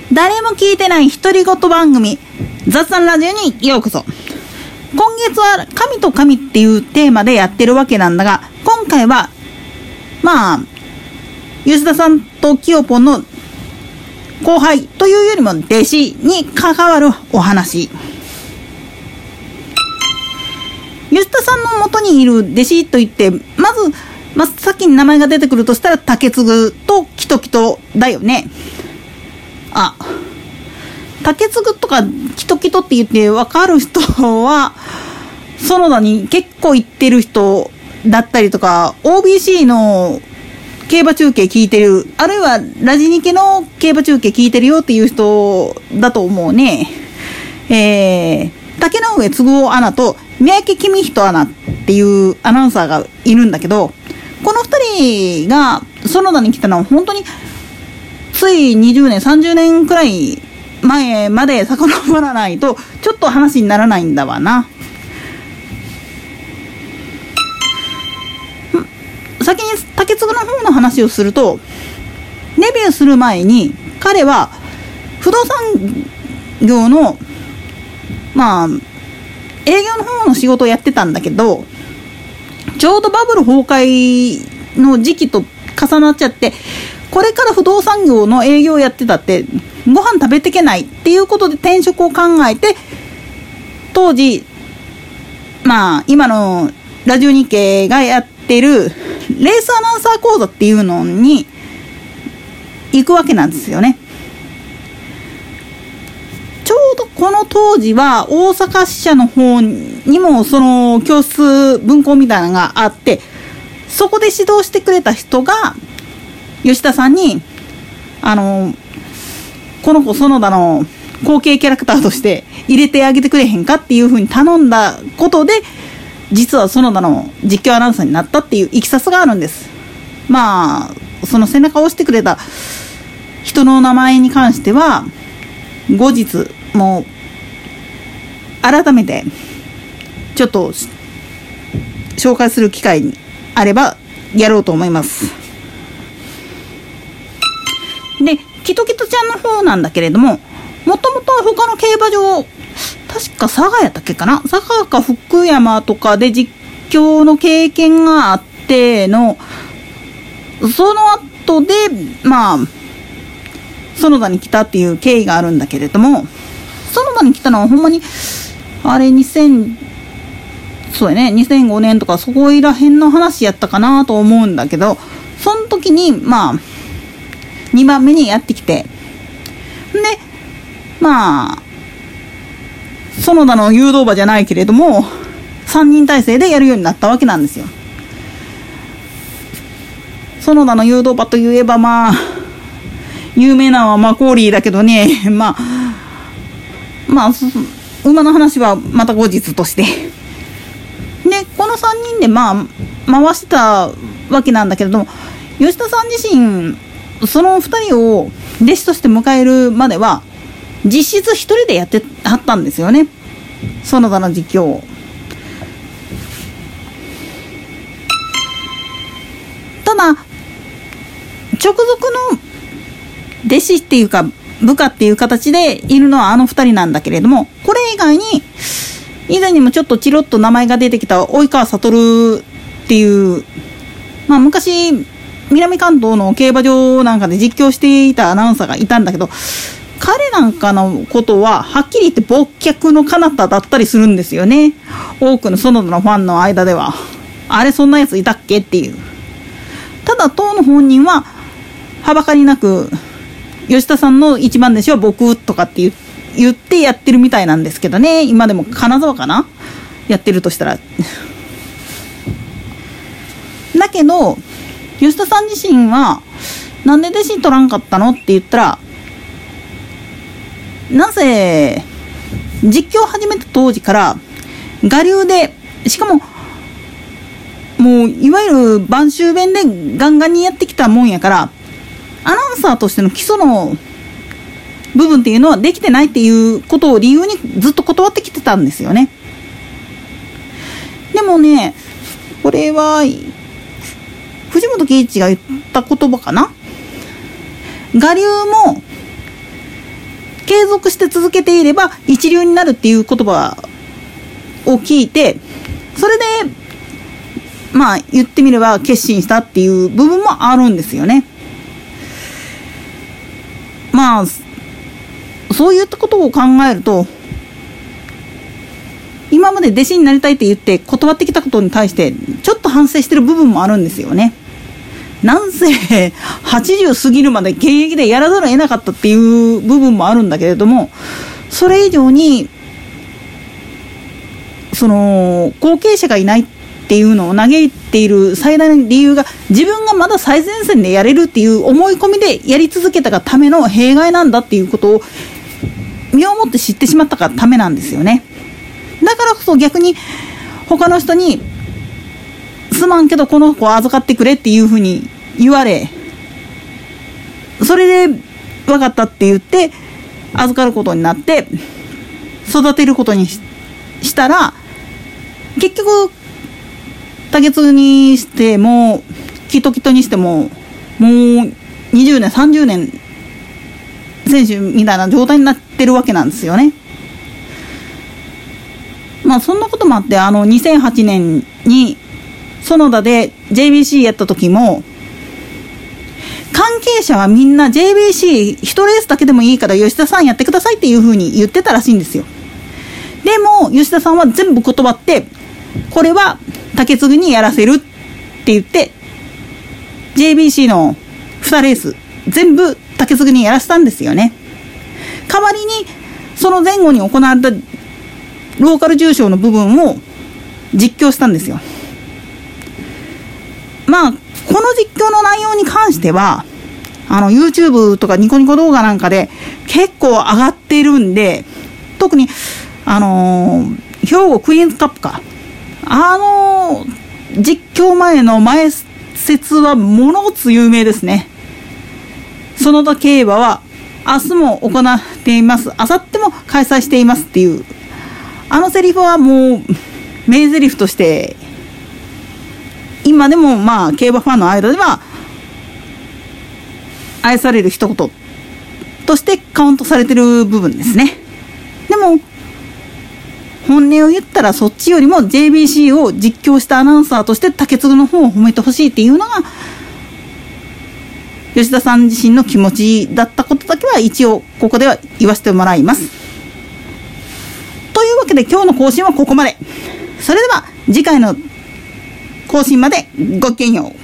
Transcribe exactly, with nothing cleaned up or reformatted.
誰も聞いてない独り言番組雑談ラジオにようこそ。今月は神と神っていうテーマでやってるわけなんだが、今回はまあ吉田さんとキヨポンの後輩というよりも弟子に関わるお話。吉田さんの元にいる弟子といって、まず真っ先に名前が出てくるとしたら竹継とキトキトだよね。あ、竹継とかキトキトって言って分かる人は園田に結構行ってる人だったりとか、 オービーシー の競馬中継聞いてる、あるいはラジニケの競馬中継聞いてるよっていう人だと思うね。えー、竹之上嗣夫アナと三宅公人アナっていうアナウンサーがいるんだけど、この二人が園田に来たのは本当についにじゅうねんさんじゅうねんくらい前まで遡らないとちょっと話にならないんだわな。先に竹継の方の話をすると、デビューする前に彼は不動産業のまあ営業の方の仕事をやってたんだけど、ちょうどバブル崩壊の時期と重なっちゃって、これから不動産業の営業をやってたってご飯食べていけないっていうことで転職を考えて、当時まあ今のラジオ日経がやってるレースアナウンサー講座っていうのに行くわけなんですよね。ちょうどこの当時は大阪支社の方にもその教室分校みたいなのがあって、そこで指導してくれた人が吉田さんに、あのこの子園田の後継キャラクターとして入れてあげてくれへんかっていう風に頼んだことで、実は園田の実況アナウンサーになったっていういきさつがあるんです。まあその背中を押してくれた人の名前に関しては後日もう改めてちょっと紹介する機会にあればやろうと思います。で、キトキトちゃんの方なんだけれども、もともと他の競馬場、確か佐賀やったっけかな、佐賀か福山とかで実況の経験があっての、その後でまあ園田に来たっていう経緯があるんだけれども、園田に来たのはほんまにあれにせんそうやねにせんごねんとかそこいらへんの話やったかなと思うんだけど、その時にまあにばんめにやってきて、でまあ園田の誘導馬じゃないけれどもさんにん体制でやるようになったわけなんですよ。園田の誘導馬といえばまあ有名なのはマコーリーだけどね、まあまあ馬の話はまた後日として、でこのさんにんでまあ回してたわけなんだけれども、吉田さん自身そのふたりを弟子として迎えるまでは実質一人でやってはったんですよね、園田の実況を。ただ直属の弟子っていうか部下っていう形でいるのはあのふたりなんだけれども、これ以外に以前にもちょっとチロッと名前が出てきた及川悟っていう、まあ昔南関東の競馬場なんかで実況していたアナウンサーがいたんだけど、彼なんかのことははっきり言って忘却の彼方だったりするんですよね、多くの園田のファンの間では。あれそんなやついたっけっていう。ただ当の本人ははばかりなく吉田さんの一番弟子は僕とかって言って言ってやってるみたいなんですけどね。今でも金沢かなやってるとしたらだけど吉田さん自身はなんで弟子取らんかったのって言ったら、なぜ実況を始めた当時から我流で、しかももういわゆる晩秋弁でガンガンにやってきたもんやから、アナウンサーとしての基礎の部分っていうのはできてないっていうことを理由にずっと断ってきてたんですよね。でもね、これは藤本圭一が言った言葉かな。我流も継続して続けていれば一流になるっていう言葉を聞いて、それでまあ言ってみれば決心したっていう部分もあるんですよね。まあそういったことを考えると、今まで弟子になりたいって言って断ってきたことに対してちょっと反省してる部分もあるんですよね。なんせはちじゅう過ぎるまで現役でやらざるを得なかったっていう部分もあるんだけれども、それ以上にその後継者がいないっていうのを嘆いている最大の理由が、自分がまだ最前線でやれるっていう思い込みでやり続けたがための弊害なんだっていうことを身をもって知ってしまったがためなんですよね。だからこそ逆に他の人にすまんけどこの子を預かってくれっていうふうに言われ、それで分かったって言って預かることになって育てることに し, したら結局竹継にしてもキトキトにしてももうにじゅうねんさんじゅうねん選手みたいな状態になってるわけなんですよね。まあそんなこともあって、あのにせんはちねんに園田で ジェイビーシー やった時も関係者はみんな ジェイビーシー 一レースだけでもいいから吉田さんやってくださいっていう風に言ってたらしいんですよ。でも吉田さんは全部断って、これは竹継にやらせるって言って ジェイビーシー のにレース全部竹継にやらせたんですよね。代わりにその前後に行われたローカル重賞の部分を実況したんですよ。まあこの実況の内容に関してはあの YouTube とかニコニコ動画なんかで結構上がっているんで、特にあのー、兵庫クイーンズカップか、あのー、実況前の前説はものすごく有名ですね。園田競馬は明日も行っています、明後日も開催していますっていうあのセリフはもう名台詞として今でもまあ競馬ファンの間では愛される一言としてカウントされてる部分ですね。でも本音を言ったらそっちよりも ジェイビーシー を実況したアナウンサーとして竹継の方を褒めてほしいっていうのが吉田さん自身の気持ちだったことだけは一応ここでは言わせてもらいます。というわけで今日の更新はここまで。それでは次回の更新までごきげんよう。